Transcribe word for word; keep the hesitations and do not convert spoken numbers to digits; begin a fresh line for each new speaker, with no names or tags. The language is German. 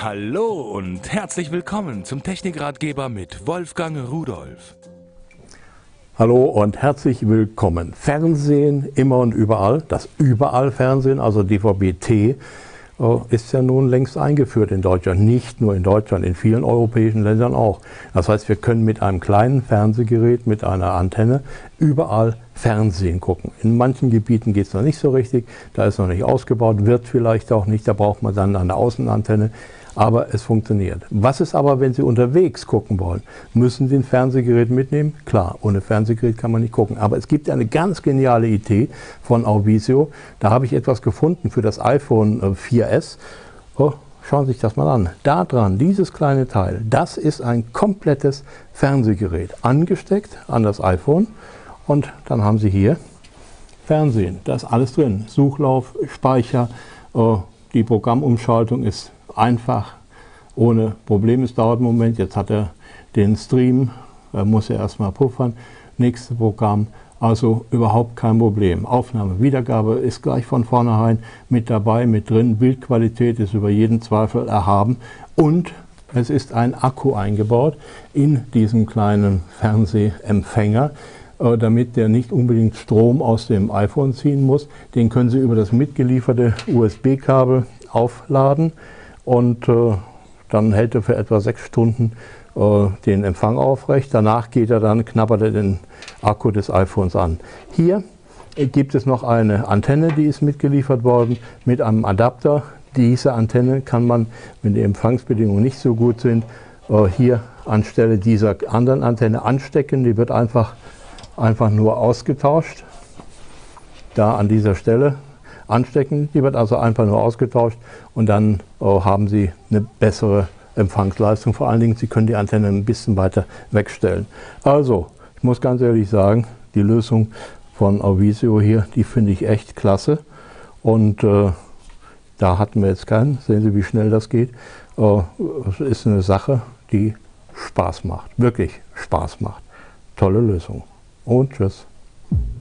Hallo und herzlich willkommen zum Technikratgeber mit Wolfgang Rudolph.
Hallo und herzlich willkommen. Fernsehen immer und überall, das Überall-Fernsehen, also D V B-T, ist ja nun längst eingeführt in Deutschland. Nicht nur in Deutschland, in vielen europäischen Ländern auch. Das heißt, wir können mit einem kleinen Fernsehgerät, mit einer Antenne, überall Fernsehen gucken. In manchen Gebieten geht es noch nicht so richtig, da ist noch nicht ausgebaut, wird vielleicht auch nicht, da braucht man dann eine Außenantenne. Aber es funktioniert. Was ist aber, wenn Sie unterwegs gucken wollen? Müssen Sie ein Fernsehgerät mitnehmen? Klar, ohne Fernsehgerät kann man nicht gucken. Aber es gibt eine ganz geniale Idee von Auvisio. Da habe ich etwas gefunden für das iPhone vier S. Oh, schauen Sie sich das mal an. Da dran, dieses kleine Teil, das ist ein komplettes Fernsehgerät. Angesteckt an das iPhone. Und dann haben Sie hier Fernsehen. Da ist alles drin. Suchlauf, Speicher, die Programmumschaltung ist einfach, ohne Probleme. Es dauert einen Moment. Jetzt hat er den Stream, da muss er erstmal puffern. Nächstes Programm, also überhaupt kein Problem. Aufnahme, Wiedergabe ist gleich von vornherein mit dabei, mit drin. Bildqualität ist über jeden Zweifel erhaben. Und es ist ein Akku eingebaut in diesen kleinen Fernsehempfänger, damit der nicht unbedingt Strom aus dem iPhone ziehen muss. Den können Sie über das mitgelieferte U S B-Kabel aufladen. Und äh, dann hält er für etwa sechs Stunden äh, den Empfang aufrecht. Danach geht er dann, knabbert er den Akku des iPhones an. Hier äh, gibt es noch eine Antenne, die ist mitgeliefert worden mit einem Adapter. Diese Antenne kann man, wenn die Empfangsbedingungen nicht so gut sind, äh, hier anstelle dieser anderen Antenne anstecken. Die wird einfach, einfach nur ausgetauscht. Da an dieser Stelle anstecken. Die wird also einfach nur ausgetauscht und dann oh, haben Sie eine bessere Empfangsleistung. Vor allen Dingen, Sie können die Antenne ein bisschen weiter wegstellen. Also, ich muss ganz ehrlich sagen, die Lösung von Auvisio hier, die finde ich echt klasse. Und äh, da hatten wir jetzt keinen. Sehen Sie, wie schnell das geht. Äh, es ist eine Sache, die Spaß macht. Wirklich Spaß macht. Tolle Lösung. Und tschüss.